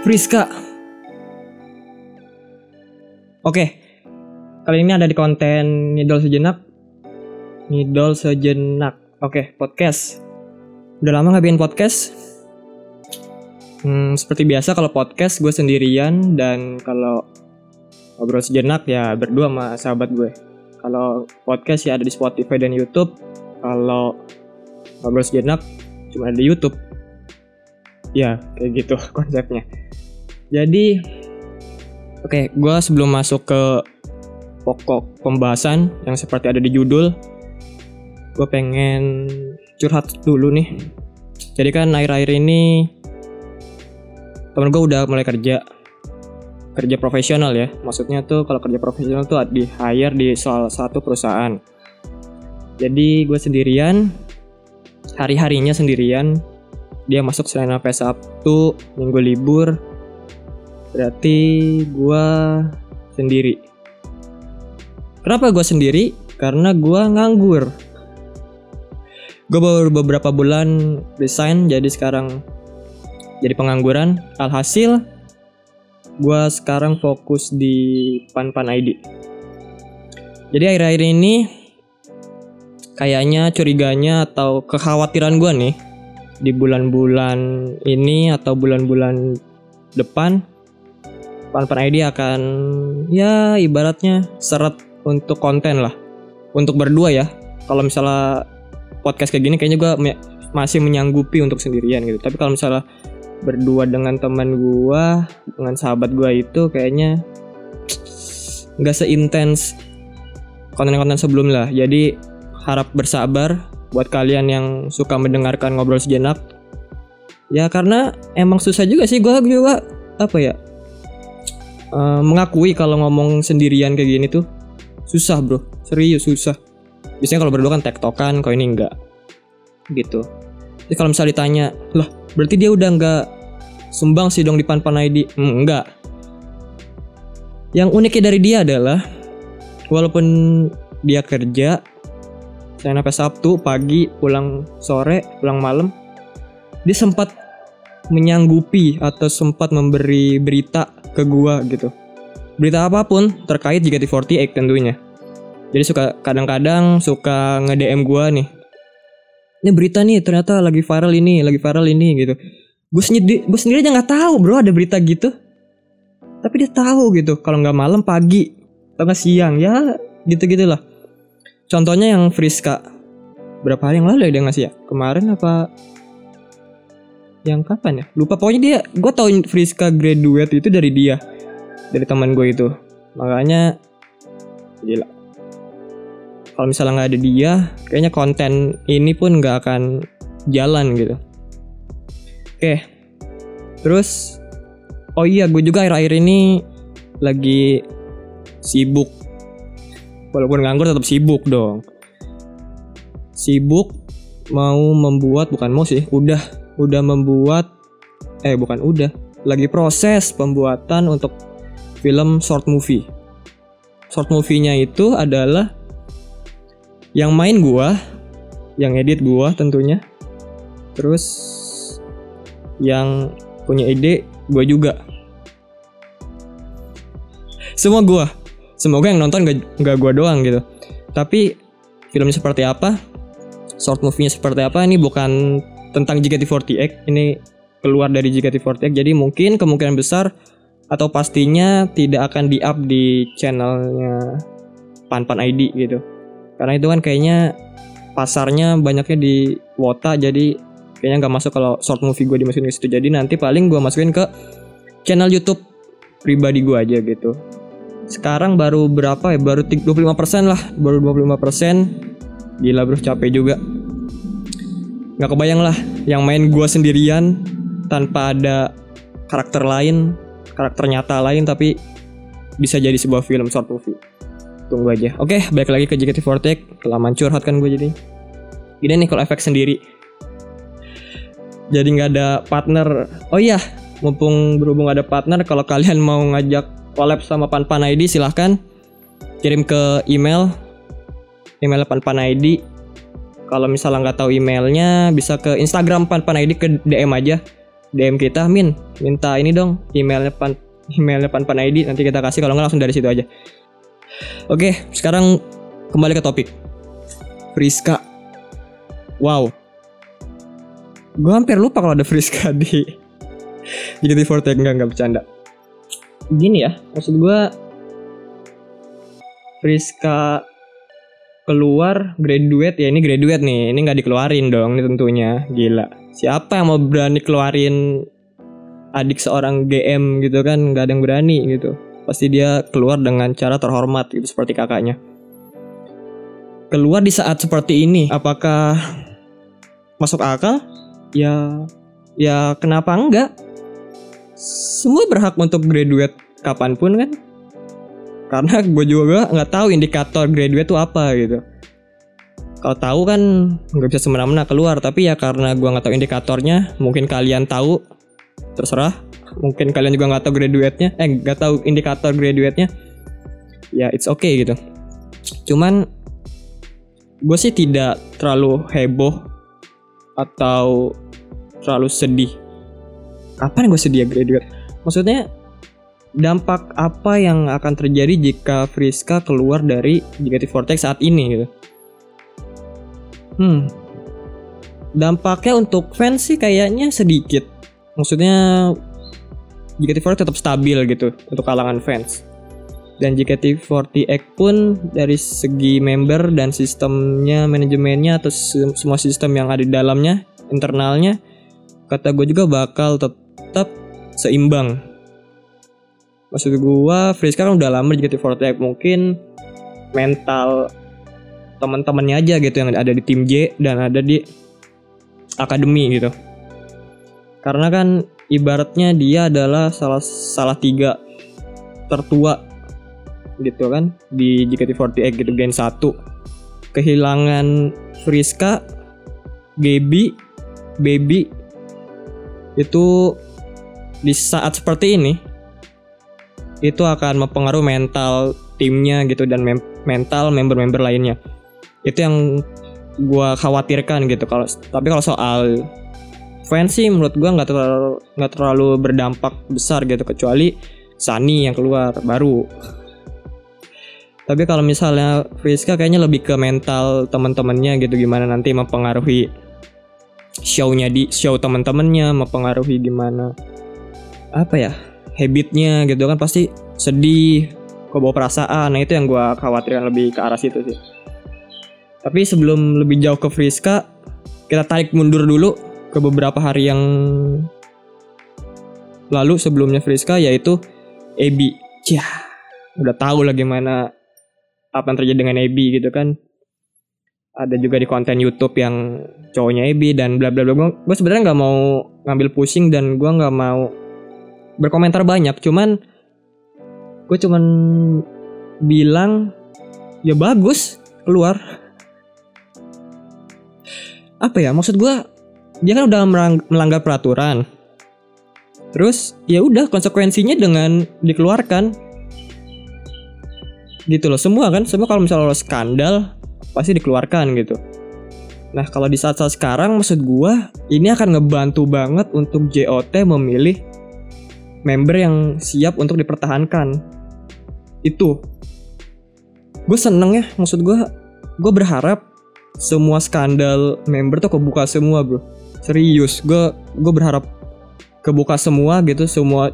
Friska. Oke, kali ini ada di konten Ngidol Sejenak. Oke, podcast. Udah lama gak bikin podcast. Seperti biasa kalau podcast gue sendirian, dan kalau ngobrol sejenak ya berdua sama sahabat gue. Kalau podcast ya ada di Spotify dan YouTube. Kalau ngobrol sejenak cuma ada di YouTube. Ya kayak gitu konsepnya. Jadi oke, gue sebelum masuk ke pokok pembahasan yang seperti ada di judul, gue pengen curhat dulu nih. Jadi kan akhir-akhir ini temen gue udah mulai kerja profesional ya. Maksudnya tuh kalau kerja profesional tuh di hire di salah satu perusahaan. Jadi gue sendirian, hari-harinya sendirian. Dia masuk Senin sampai Sabtu, Minggu libur. Berarti gue sendiri. Kenapa gue sendiri? Karena gue nganggur. Gue baru beberapa bulan resign, jadi sekarang jadi pengangguran. Alhasil gue sekarang fokus di Pan ID. Jadi akhir-akhir ini kayaknya curiganya atau kekhawatiran gue nih, di bulan-bulan ini atau bulan-bulan depan Pan ID akan ya ibaratnya seret untuk konten lah, untuk berdua ya. Kalau misalnya podcast kayak gini kayaknya gue masih menyanggupi untuk sendirian gitu. Tapi kalau misalnya berdua dengan teman gue, dengan sahabat gue, itu kayaknya gak seintens konten-konten sebelum lah. Jadi harap bersabar buat kalian yang suka mendengarkan ngobrol sejenak. Ya karena emang susah juga sih, gue juga mengakui kalau ngomong sendirian kayak gini tuh susah bro, serius susah. Biasanya kalau berdua kan tektokan, kalau ini enggak gitu. Jadi kalau misalnya ditanya, lah berarti dia udah enggak sumbang sih dong di Pan ID? Enggak. Yang uniknya dari dia adalah walaupun dia kerja Senin sampai Sabtu pagi, pulang sore, pulang malam, dia sempat menyanggupi atau sempat memberi berita ke gua gitu. Berita apapun terkait JKT48 tentunya. Jadi kadang-kadang suka nge-DM gua nih. Ini berita nih ternyata lagi viral ini gitu. Gue sendiri aja nggak tahu bro ada berita gitu. Tapi dia tahu gitu. Kalau nggak malam pagi atau nggak siang ya gitu-gitulah. Contohnya yang Friska, berapa hari yang lalu ya dia ngasih ya? Kemarin apa? Yang kapan ya? Lupa, pokoknya gue tau Friska graduate itu dari dia, dari teman gue itu. Makanya gila. Kalau misalnya nggak ada dia, kayaknya konten ini pun nggak akan jalan gitu. Oke. Terus, oh iya, gue juga akhir-akhir ini lagi sibuk. Walaupun nganggur tetap sibuk dong. Sibuk mau membuat, bukan mau sih, udah membuat, lagi proses pembuatan untuk film short movie. Short movie-nya itu adalah yang main gua, yang edit gua tentunya. Terus yang punya ide gua juga. Semua gua. Semoga yang nonton gak gue doang gitu. Tapi filmnya seperti apa, short movie-nya seperti apa, ini bukan tentang JKT48. Ini keluar dari JKT48. Jadi mungkin kemungkinan besar atau pastinya tidak akan di-up di channelnya Pan ID gitu. Karena itu kan kayaknya pasarnya banyaknya di Wota. Jadi kayaknya gak masuk kalau short movie gue dimasukin ke situ. Jadi nanti paling gue masukin ke channel YouTube pribadi gue aja gitu. Sekarang baru berapa ya? Baru 25% lah. Baru 25%. Gila bro, capek juga. Gak kebayang lah yang main gue sendirian tanpa ada karakter lain, karakter nyata lain, tapi bisa jadi sebuah film short movie. Tunggu aja. Oke, balik lagi ke JKT48. Kelamaan curhat kan gue jadi. Gini nih kalau efek sendiri, jadi gak ada partner. Oh iya, mumpung berhubung gak ada partner, kalau kalian mau ngajak collab sama Pan ID silahkan kirim ke email Pan ID. Kalau misalnya nggak tahu emailnya bisa ke Instagram Pan ID, ke DM aja. DM kita, Min, minta ini dong, emailnya Pan ID, nanti kita kasih, kalau nggak langsung dari situ aja. Oke, sekarang kembali ke topik. Friska. Wow. Gue hampir lupa kalau ada Friska di JKT48. Enggak bercanda. Gini ya, maksud gue Friska keluar graduate, ya ini graduate nih, ini nggak dikeluarin dong, ini tentunya gila. Siapa yang mau berani keluarin adik seorang GM gitu kan? Nggak ada yang berani gitu. Pasti dia keluar dengan cara terhormat gitu, seperti kakaknya. Keluar di saat seperti ini, apakah masuk akal? Ya kenapa enggak? Semua berhak untuk graduate kapanpun kan? Karena gue juga nggak tahu indikator graduate itu apa gitu. Kalau tahu kan nggak bisa semena-mena keluar. Tapi ya karena gue nggak tahu indikatornya, mungkin kalian tahu, terserah. Mungkin kalian juga nggak tahu graduate-nya, nggak tahu indikator graduate-nya. Ya it's okay gitu. Cuman gue sih tidak terlalu heboh atau terlalu sedih. Kapan gue sedih ya graduate? Maksudnya dampak apa yang akan terjadi jika Friska keluar dari JKT48 saat ini gitu? Dampaknya untuk fans sih kayaknya sedikit. Maksudnya JKT48 tetap stabil gitu untuk kalangan fans. Dan JKT48 pun dari segi member dan sistemnya, manajemennya atau semua sistem yang ada di dalamnya, internalnya, kata gue juga bakal tetap seimbang. Maksud gue, Friska kan udah lama di JKT48, mungkin mental teman-temannya aja gitu yang ada di tim J dan ada di akademi gitu. Karena kan ibaratnya dia adalah salah 3 tertua gitu kan di JKT48 gitu, Gen 1. Kehilangan Friska, Baby itu di saat seperti ini itu akan mempengaruhi mental timnya gitu dan mental member-member lainnya. Itu yang gue khawatirkan gitu. Tapi kalau soal fans sih menurut gue nggak terlalu berdampak besar gitu, kecuali Sunny yang keluar baru. Tapi kalau misalnya Friska kayaknya lebih ke mental teman-temannya gitu, gimana nanti mempengaruhi show teman-temannya, mempengaruhi gimana habitnya gitu kan, pasti sedih, kebawa perasaan. Nah itu yang gue khawatirkan, lebih ke arah situ sih. Tapi sebelum lebih jauh ke Friska, kita tarik mundur dulu ke beberapa hari yang lalu sebelumnya Friska, yaitu Ebi. Udah tahu lah gimana apa yang terjadi dengan Ebi gitu kan. Ada juga di konten YouTube yang cowoknya Ebi dan bla bla bla. Gue sebenarnya nggak mau ngambil pusing dan gue nggak mau berkomentar banyak. Cuman gue bilang ya bagus keluar. Maksud gue, dia kan udah melanggar peraturan. Terus ya udah konsekuensinya dengan dikeluarkan. Gitu loh, semua kalau misalnya lo skandal pasti dikeluarkan gitu. Nah kalau di saat-saat sekarang, maksud gue ini akan ngebantu banget untuk JOT memilih member yang siap untuk dipertahankan. Itu gue seneng ya, maksud gue berharap semua skandal member tuh kebuka semua bro. Serius, gue berharap kebuka semua gitu. Semua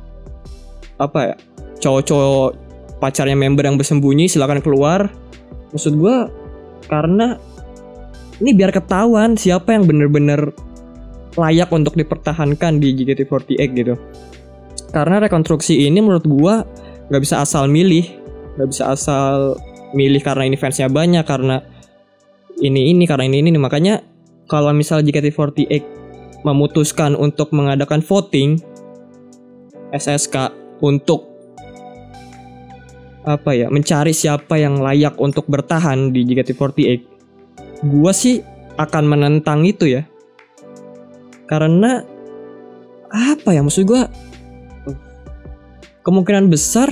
cowok-cowok pacarnya member yang bersembunyi silakan keluar. Maksud gue karena ini biar ketahuan siapa yang bener-bener layak untuk dipertahankan di JKT48 gitu. Karena rekonstruksi ini menurut gue gak bisa asal milih. Karena ini fansnya banyak, karena karena ini. Makanya kalau misal JKT48 memutuskan untuk mengadakan voting SSK untuk mencari siapa yang layak untuk bertahan di JKT48, gue sih akan menentang itu ya. Karena maksud gue kemungkinan besar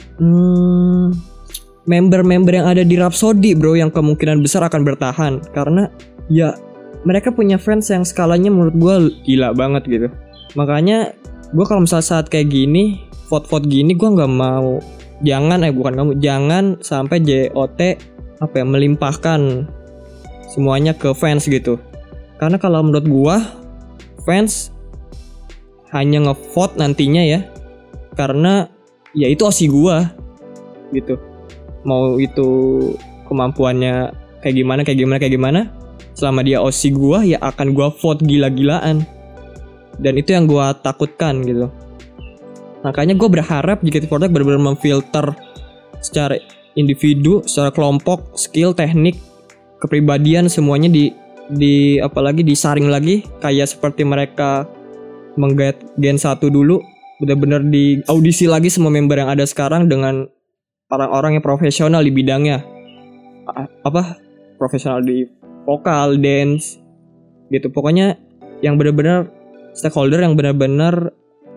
member-member yang ada di Rhapsody bro yang kemungkinan besar akan bertahan. Karena ya mereka punya fans yang skalanya menurut gue gila banget gitu. Makanya gue kalau misalnya saat kayak gini, vote gini, gue nggak mau. Jangan sampai JOT melimpahkan semuanya ke fans gitu. Karena kalau menurut gue, fans hanya ngevote nantinya ya, karena ya itu OSI gue gitu. Mau itu kemampuannya kayak gimana, selama dia OSI gue ya akan gue vote gila-gilaan. Dan itu yang gue takutkan gitu. Makanya gue berharap JKT48 benar-benar memfilter secara individu, secara kelompok, skill, teknik, kepribadian semuanya di apalagi disaring lagi kayak seperti mereka menggait Gen 1 dulu, benar-benar di audisi lagi semua member yang ada sekarang dengan orang-orang yang profesional di bidangnya. Profesional di vokal, dance gitu. Pokoknya yang benar-benar stakeholder yang benar-benar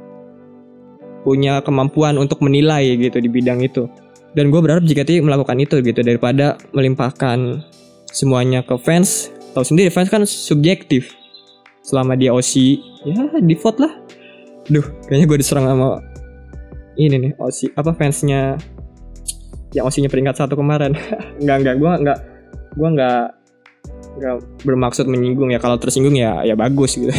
punya kemampuan untuk menilai gitu di bidang itu. Dan gue berharap JKT melakukan itu gitu, daripada melimpahkan semuanya ke fans. Tahu sendiri fans kan subjektif. Selama dia OSI, ya di vote lah. Duh, kayaknya gue diserang sama ini nih OSI fansnya yang OSI-nya peringkat 1 kemarin. Gue nggak bermaksud menyinggung ya. Kalau tersinggung ya bagus gitu.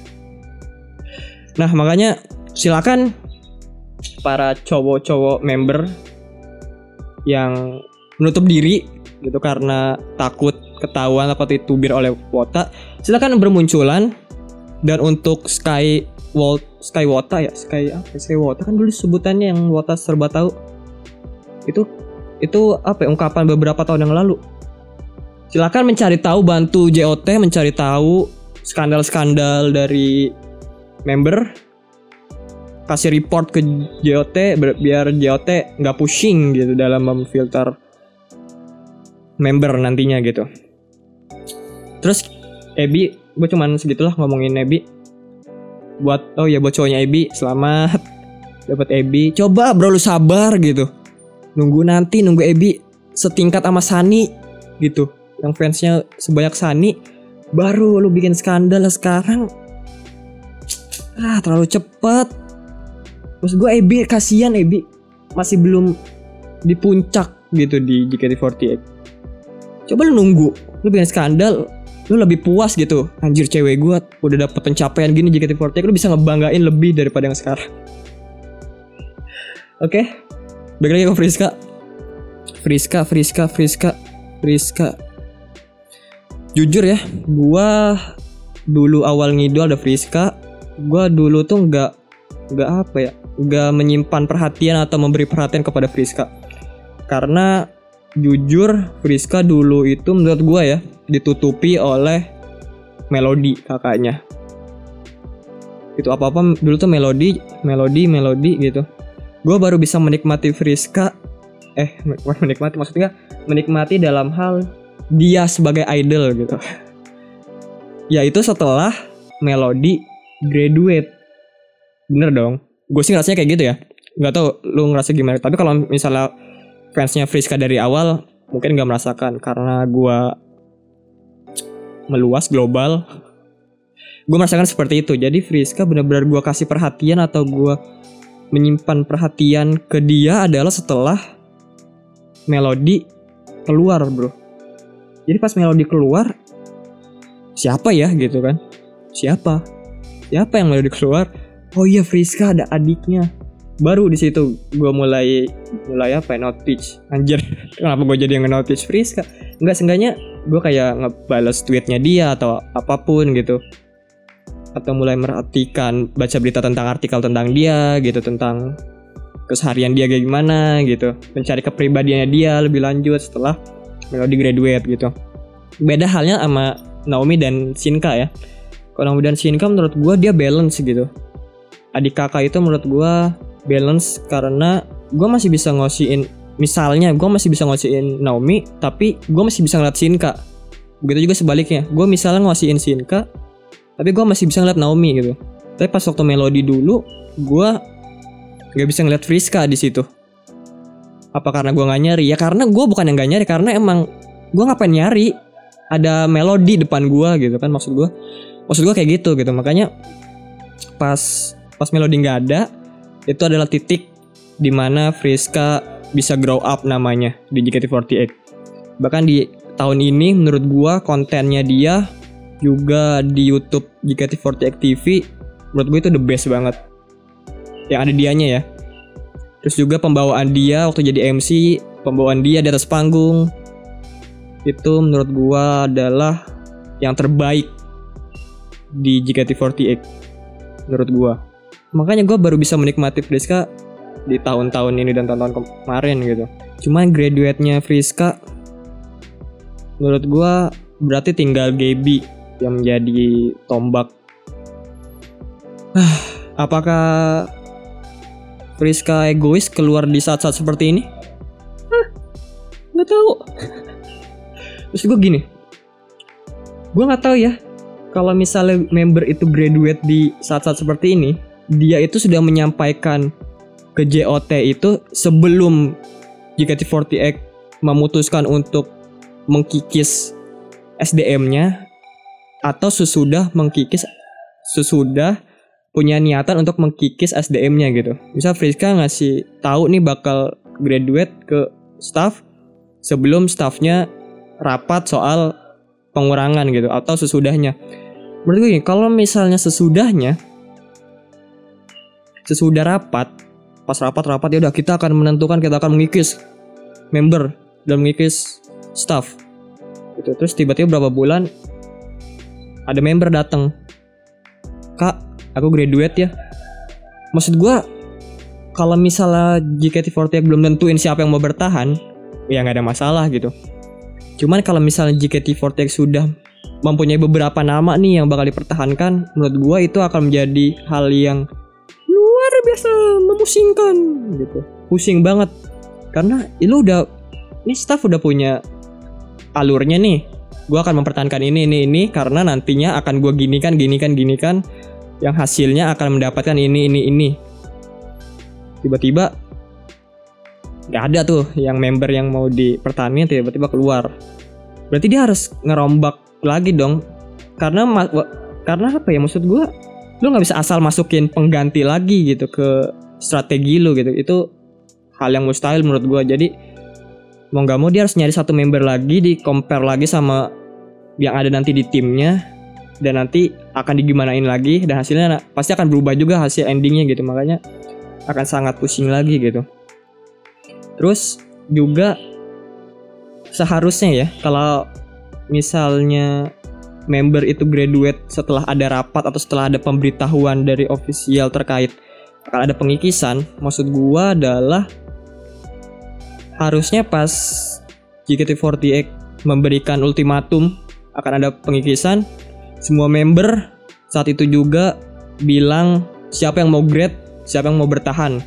Nah makanya silakan para cowok-cowok member yang menutup diri gitu karena takut ketahuan atau ditubir oleh Wota, silakan bermunculan. Dan untuk Sky Wota kan dulu sebutannya yang Wota serba tahu. Itu ungkapan beberapa tahun yang lalu. Silakan mencari tahu, bantu JOT mencari tahu skandal-skandal dari member, kasih report ke JOT biar JOT nggak pushing gitu dalam memfilter member nantinya gitu. Terus Ebi, gue cuman segitulah ngomongin Ebi. Buat cowoknya Ebi, selamat dapat Ebi. Coba bro lu sabar gitu. Nunggu Ebi setingkat sama Sunny gitu, yang fansnya sebanyak Sunny, baru lu bikin skandal sekarang. Terlalu cepat. Maksud gue Ebi, kasihan Ebi masih belum di puncak gitu di JKT48. Coba lu nunggu, lu bikin skandal, lu lebih puas gitu. Anjir, cewek gue udah dapet pencapaian gini JKT48, lu bisa ngebanggain lebih daripada yang sekarang. Oke, balik lagi ke Friska. Jujur ya, gue dulu awal ngidol ada Friska. Gue dulu tuh nggak menyimpan perhatian atau memberi perhatian kepada Friska, karena jujur Friska dulu itu menurut gue ya ditutupi oleh Melody, kakaknya. Itu apa-apa dulu tuh melodi gitu. Gue baru bisa menikmati Friska, menikmati dalam hal dia sebagai idol gitu. Yaitu setelah Melody graduate. Bener dong. Gue sih ngerasanya kayak gitu ya. Gak tau lu ngerasa gimana. Tapi kalau misalnya fansnya Friska dari awal, mungkin gak merasakan. Karena gue meluas global, gue merasakan seperti itu. Jadi Friska benar-benar gue kasih perhatian atau gue menyimpan perhatian ke dia adalah setelah Melody keluar bro. Jadi pas Melody keluar, siapa ya gitu kan, siapa yang Melody keluar, oh iya Friska ada adiknya. Baru di situ gue mulai notice. Anjir, kenapa gue jadi yang nge-notice Friska? Enggak, seenggaknya gue kayak ngebales tweetnya dia atau apapun gitu, atau mulai merhatikan, baca berita tentang artikel tentang dia gitu, tentang keseharian dia kayak gimana gitu, mencari kepribadiannya dia lebih lanjut setelah Melody graduate gitu. Beda halnya sama Naomi dan Shinka ya. Kalau Naomi dan Shinka menurut gue dia balance gitu. Adik kakak itu menurut gue balance, karena gue masih bisa ngosiin, misalnya gue masih bisa ngosiin Naomi tapi gue masih bisa ngeliat Shinka. Begitu juga sebaliknya, gue misalnya ngosiin Shinka tapi gue masih bisa ngeliat Naomi gitu. Tapi pas waktu Melody dulu, gue nggak bisa ngeliat Friska di situ. Apa karena gue nggak nyari? Ya karena gue bukan yang nggak nyari, karena emang gue ngapain nyari? Ada Melody depan gue gitu kan, maksud gue kayak gitu. Makanya pas Melody nggak ada, itu adalah titik dimana Friska bisa grow up namanya di JKT48. Bahkan di tahun ini menurut gua kontennya dia juga di YouTube JKT48 TV, menurut gua itu the best banget yang ada dianya ya. Terus juga pembawaan dia waktu jadi MC, pembawaan dia di atas panggung, itu menurut gua adalah yang terbaik di JKT48 menurut gua. Makanya gua baru bisa menikmati Friska di tahun-tahun ini dan tahun-tahun kemarin gitu. Cuman graduate-nya Friska menurut gua berarti tinggal Gaby yang menjadi tombak. Apakah Friska egois keluar di saat-saat seperti ini? Nggak tahu. Terus gue gini, gue nggak tahu ya kalau misalnya member itu graduate di saat-saat seperti ini, dia itu sudah menyampaikan ke JOT itu sebelum JKT48 memutuskan untuk mengkikis SDM-nya, atau sesudah punya niatan untuk mengkikis SDM-nya gitu. Misal Friska ngasih tahu nih bakal graduate ke staff sebelum staffnya rapat soal pengurangan gitu, atau sesudahnya. Menurut gue kalau misalnya sesudah rapat, pas rapat ya udah kita akan menentukan, kita akan mengikis member dan mengikis staff gitu. Terus tiba-tiba berapa bulan ada member datang, "Kak, aku graduate ya." Maksud gue kalau misalnya JKT48 belum tentuin siapa yang mau bertahan, ya nggak ada masalah gitu. Cuman kalau misalnya JKT48 sudah mempunyai beberapa nama nih yang bakal dipertahankan, menurut gue itu akan menjadi hal yang luar biasa memusingkan gitu. Pusing banget karena ini staff udah punya alurnya nih. Gue akan mempertahankan ini karena nantinya akan gue ginikan yang hasilnya akan mendapatkan ini. Tiba-tiba gak ada tuh yang member yang mau dipertahankan, tiba-tiba keluar. Berarti dia harus ngerombak lagi dong. Karena apa ya, maksud gue, lu gak bisa asal masukin pengganti lagi gitu ke strategi lu gitu. Itu hal yang mustahil menurut gue. Jadi mau gak mau dia harus nyari satu member lagi, di compare lagi sama yang ada nanti di timnya, dan nanti akan digimanain lagi, dan hasilnya pasti akan berubah juga hasil endingnya gitu. Makanya akan sangat pusing lagi gitu. Terus juga seharusnya ya, kalau misalnya member itu graduate setelah ada rapat atau setelah ada pemberitahuan dari official terkait akan ada pengikisan, maksud gua adalah harusnya pas JKT48 memberikan ultimatum akan ada pengikisan, semua member saat itu juga bilang siapa yang mau grade, siapa yang mau bertahan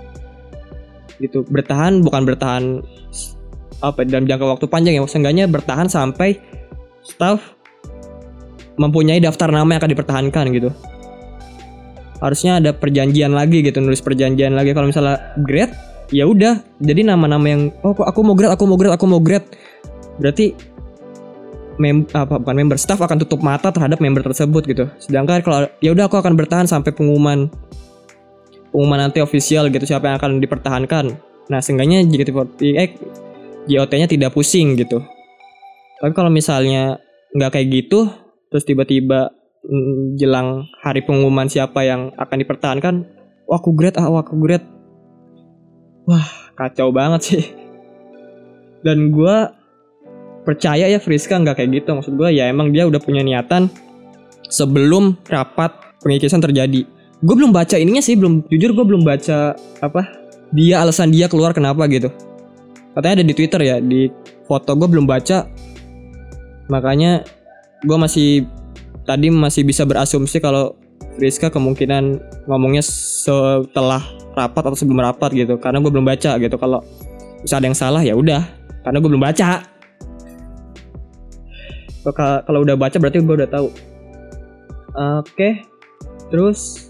gitu. Bertahan bukan bertahan dalam jangka waktu panjang ya, seenggaknya bertahan sampai staff mempunyai daftar nama yang akan dipertahankan gitu. Harusnya ada perjanjian lagi gitu, nulis perjanjian lagi. Kalau misalnya grade, ya udah jadi nama-nama yang aku mau grade. Berarti bukan member, staff akan tutup mata terhadap member tersebut gitu. Sedangkan kalau ya udah aku akan bertahan sampai pengumuman nanti official gitu siapa yang akan dipertahankan. Nah, seenggaknya JOT-nya tidak pusing gitu. Tapi kalau misalnya nggak kayak gitu, terus tiba-tiba jelang hari pengumuman siapa yang akan dipertahankan, aku grade. Wah, kacau banget sih. Dan gue percaya ya Friska nggak kayak gitu. Maksud gue ya emang dia udah punya niatan sebelum rapat pengikisan terjadi. Gue belum baca ininya sih, jujur gue belum baca alasan dia keluar kenapa gitu. Katanya ada di Twitter ya, di foto gue belum baca. Makanya gue masih bisa berasumsi kalau Friska kemungkinan ngomongnya setelah rapat atau sebelum rapat gitu, karena gue belum baca gitu. Kalau bisa ada yang salah ya udah, karena gue belum baca. Kalau udah baca berarti gue udah tahu. Oke. Terus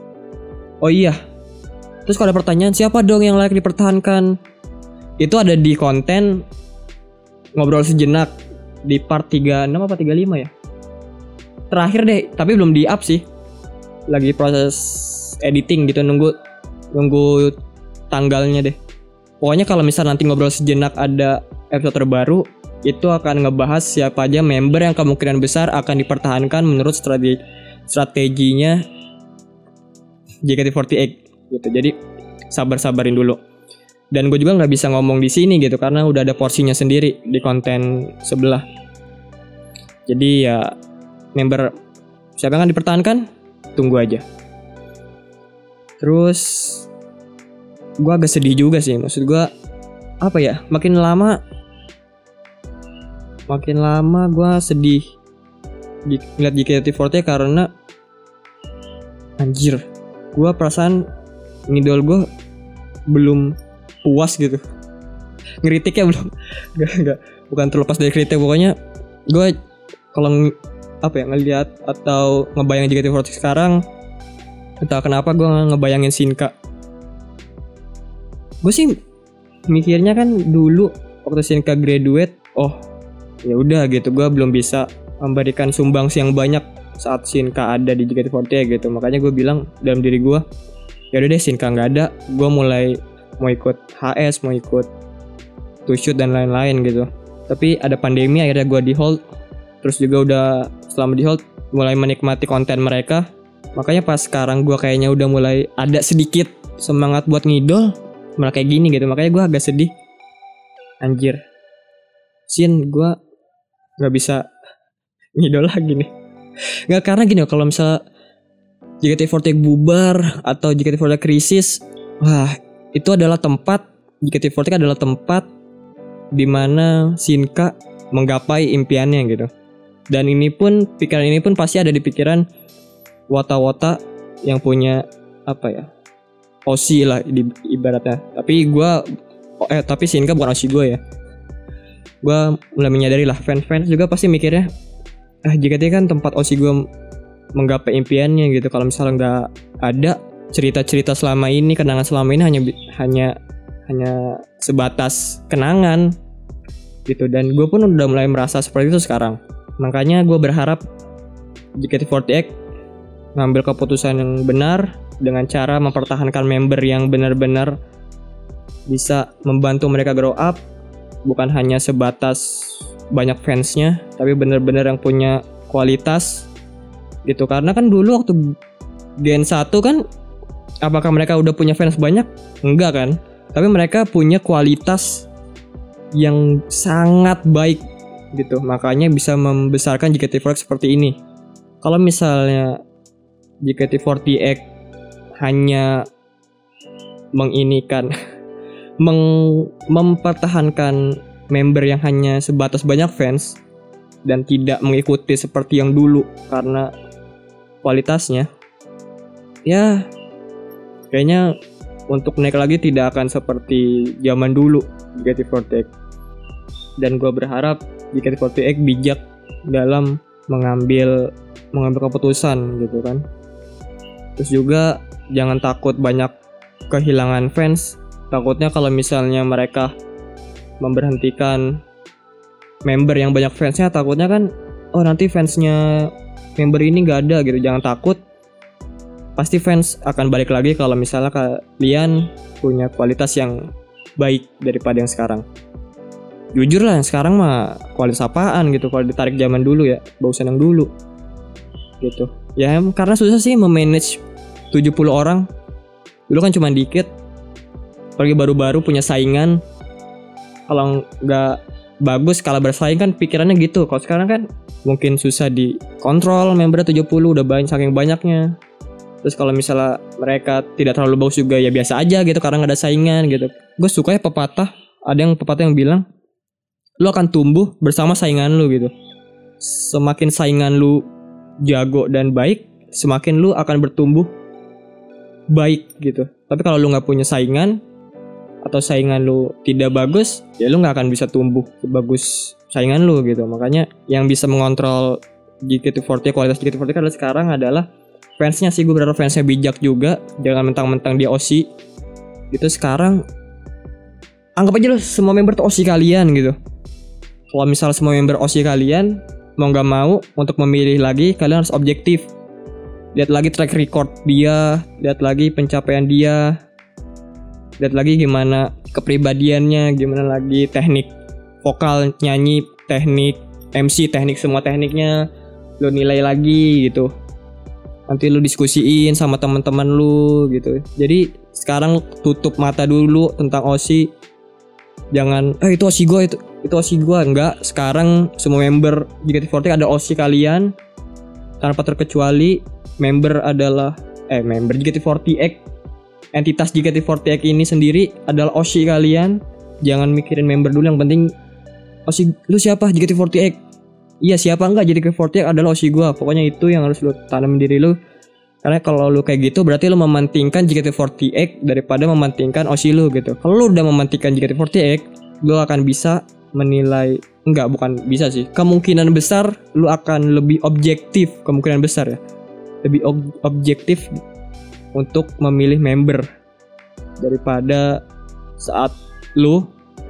terus kalau ada pertanyaan siapa dong yang layak dipertahankan, itu ada di konten ngobrol sejenak di part 36 apa 35 ya, terakhir deh, tapi belum di up sih. lagi proses editing gitu, nunggu tanggalnya deh. Pokoknya kalau misal nanti ngobrol sejenak ada episode terbaru, itu akan ngebahas siapa aja member yang kemungkinan besar akan dipertahankan menurut strateginya JKT48 gitu. Jadi sabar-sabarin dulu. Dan gue juga nggak bisa ngomong di sini gitu karena udah ada porsinya sendiri di konten sebelah. Jadi ya member siapa yang akan dipertahankan, tunggu aja. Terus gue agak sedih juga sih, maksud gue apa ya, makin lama gue sedih ngeliat JKT48 karena anjir, gue perasaan ngidol gue belum puas gitu, ngeritiknya belum enggak, bukan terlepas dari kritik, pokoknya gue kalau ngelihat atau ngebayangin JKT48 sekarang, entah kenapa gue ngebayangin Shinka. Gue sih mikirnya kan dulu waktu Shinka graduate, oh ya udah gitu, gue belum bisa memberikan sumbangsi yang banyak saat Shinka ada di JKT48 gitu. Makanya gue bilang dalam diri gue, ya udah deh Shinka nggak ada, gue mulai mau ikut HS, mau ikut to shoot dan lain-lain gitu. Tapi ada pandemi, akhirnya gue di hold. Terus juga udah selama di hold mulai menikmati konten mereka. Makanya pas sekarang gue kayaknya udah mulai ada sedikit semangat buat ngidol, malah kayak gini gitu. Makanya gue agak sedih. Anjir, Shin, gue gak bisa ngidol lagi nih. Gak, karena gini, kalau misalnya JKT48 bubar atau JKT48 krisis, wah itu adalah tempat, JKT48 adalah tempat dimana Shinka menggapai impiannya gitu. Dan pikiran ini pun pasti ada di pikiran wata-wata yang punya OSI lah ibaratnya. Tapi Shinka bukan OSI gue ya. Gue mulai menyadari lah, fans juga pasti mikirnya, JKT kan tempat OSI gue menggapai impiannya gitu. Kalau misalnya nggak ada cerita-cerita selama ini, kenangan selama ini hanya sebatas kenangan gitu. Dan gue pun udah mulai merasa seperti itu sekarang. Makanya gue berharap JKT48 ngambil keputusan yang benar dengan cara mempertahankan member yang benar-benar bisa membantu mereka grow up, bukan hanya sebatas banyak fansnya, tapi benar-benar yang punya kualitas gitu. Karena kan dulu waktu Gen 1 kan, apakah mereka udah punya fans banyak? Enggak kan, tapi mereka punya kualitas yang sangat baik gitu, makanya bisa membesarkan JKT48 seperti ini. Kalau misalnya JKT48 hanya mempertahankan member yang hanya sebatas banyak fans dan tidak mengikuti seperti yang dulu karena kualitasnya, ya kayaknya untuk naik lagi tidak akan seperti zaman dulu JKT48. Dan gue berharap JKT48 bijak dalam mengambil keputusan gitu kan. Terus juga jangan takut banyak kehilangan fans. Takutnya kalau misalnya mereka memberhentikan member yang banyak fansnya, takutnya kan nanti fansnya member ini gak ada gitu. Jangan takut, pasti fans akan balik lagi kalau misalnya kalian punya kualitas yang baik daripada yang sekarang. Jujur lah, yang sekarang mah kualitas apaan gitu kalau ditarik zaman dulu ya, bagusan yang dulu gitu. Ya karena susah sih memanage 70 orang. Dulu kan cuma dikit, apalagi baru-baru punya saingan. Kalau nggak bagus kalah bersaing kan pikirannya gitu. Kalau sekarang kan mungkin susah dikontrol, membernya 70 udah banyak, saking banyaknya. Terus kalau misalnya mereka tidak terlalu bagus juga ya biasa aja gitu karena nggak ada saingan gitu. Gue suka ya pepatah, ada yang pepatah yang bilang, lu akan tumbuh bersama saingan lu gitu. Semakin saingan lu jago dan baik, semakin lu akan bertumbuh baik gitu. Tapi kalau lu gak punya saingan, atau saingan lu tidak bagus, ya lu gak akan bisa tumbuh sebagus saingan lu gitu. Makanya yang bisa mengontrol JKT48, kualitas JKT48 adalah sekarang adalah fansnya sih. Gue berharap fansnya bijak juga, jangan mentang-mentang dia OSI gitu. Sekarang anggap aja lu semua member tuh OSI kalian gitu. Kalau misalnya semua member OSI kalian mau gak mau untuk memilih lagi, kalian harus objektif. lihat lagi track record dia, lihat lagi pencapaian dia, lihat lagi gimana kepribadiannya, gimana lagi teknik vokal, nyanyi, teknik MC, teknik semua tekniknya lu nilai lagi gitu. Nanti lu diskusiin sama teman-teman lu gitu. Jadi sekarang tutup mata dulu tentang OSI. Jangan itu OSI gue, itu OSI gue. Enggak, sekarang semua member JKT48 ada OSI kalian. Tanpa terkecuali member adalah member JKT48, entitas JKT48 ini sendiri adalah OSI kalian. Jangan mikirin member dulu, yang penting OSI lu siapa? JKT48. Iya, siapa enggak, JKT48 adalah OSI gua. Pokoknya itu yang harus lu tanam diri lu. Karena kalau lu kayak gitu berarti lu mementingkan JKT48 daripada mementingkan OSI lu gitu. Kalau lu udah mementingkan JKT48, lu akan bisa menilai, bukan bisa sih, kemungkinan besar lu akan lebih objektif, kemungkinan besar ya, lebih objektif untuk memilih member daripada saat lu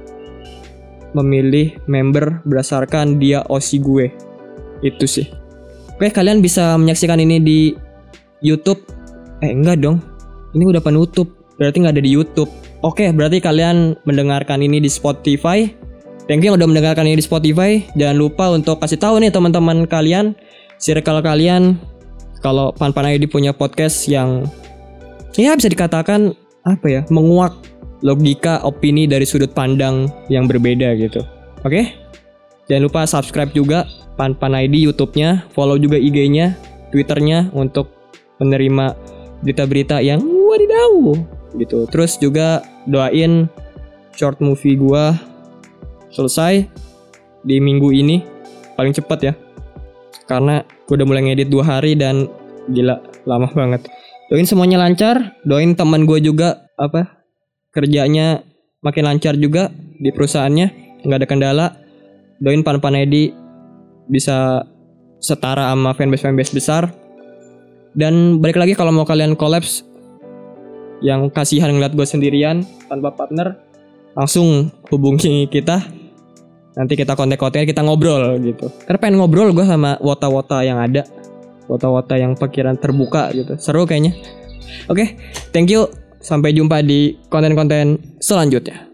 memilih member berdasarkan dia OSI gue. Itu sih. Oke, kalian bisa menyaksikan ini di YouTube. Enggak dong, ini udah penutup, berarti gak ada di YouTube. Oke, berarti kalian mendengarkan ini di Spotify. Thank you yang udah mendengarkan ini di Spotify. Jangan lupa untuk kasih tahu nih teman-teman kalian, circle kalian, kalau Pan ID punya podcast yang ya bisa dikatakan menguak logika opini dari sudut pandang yang berbeda gitu. Oke? Jangan lupa subscribe juga Pan ID YouTube-nya, follow juga IG-nya, Twitter-nya untuk menerima berita-berita yang wadidaw gitu. Terus juga doain short movie gua selesai di minggu ini paling cepat ya. Karena gue udah mulai ngedit 2 hari dan gila lama banget. Doain semuanya lancar, doain teman gue juga kerjanya makin lancar juga di perusahaannya, nggak ada kendala. Doain Pan ID bisa setara sama fanbase besar. Dan balik lagi, kalau mau kalian collabs yang kasihan ngeliat gue sendirian tanpa partner, langsung hubungi kita. Nanti kita kontak-kontak, kita ngobrol gitu. Karena pengen ngobrol gue sama wota-wota yang ada, wota-wota yang pikiran terbuka gitu. Seru kayaknya. Oke, thank you. Sampai jumpa di konten-konten selanjutnya.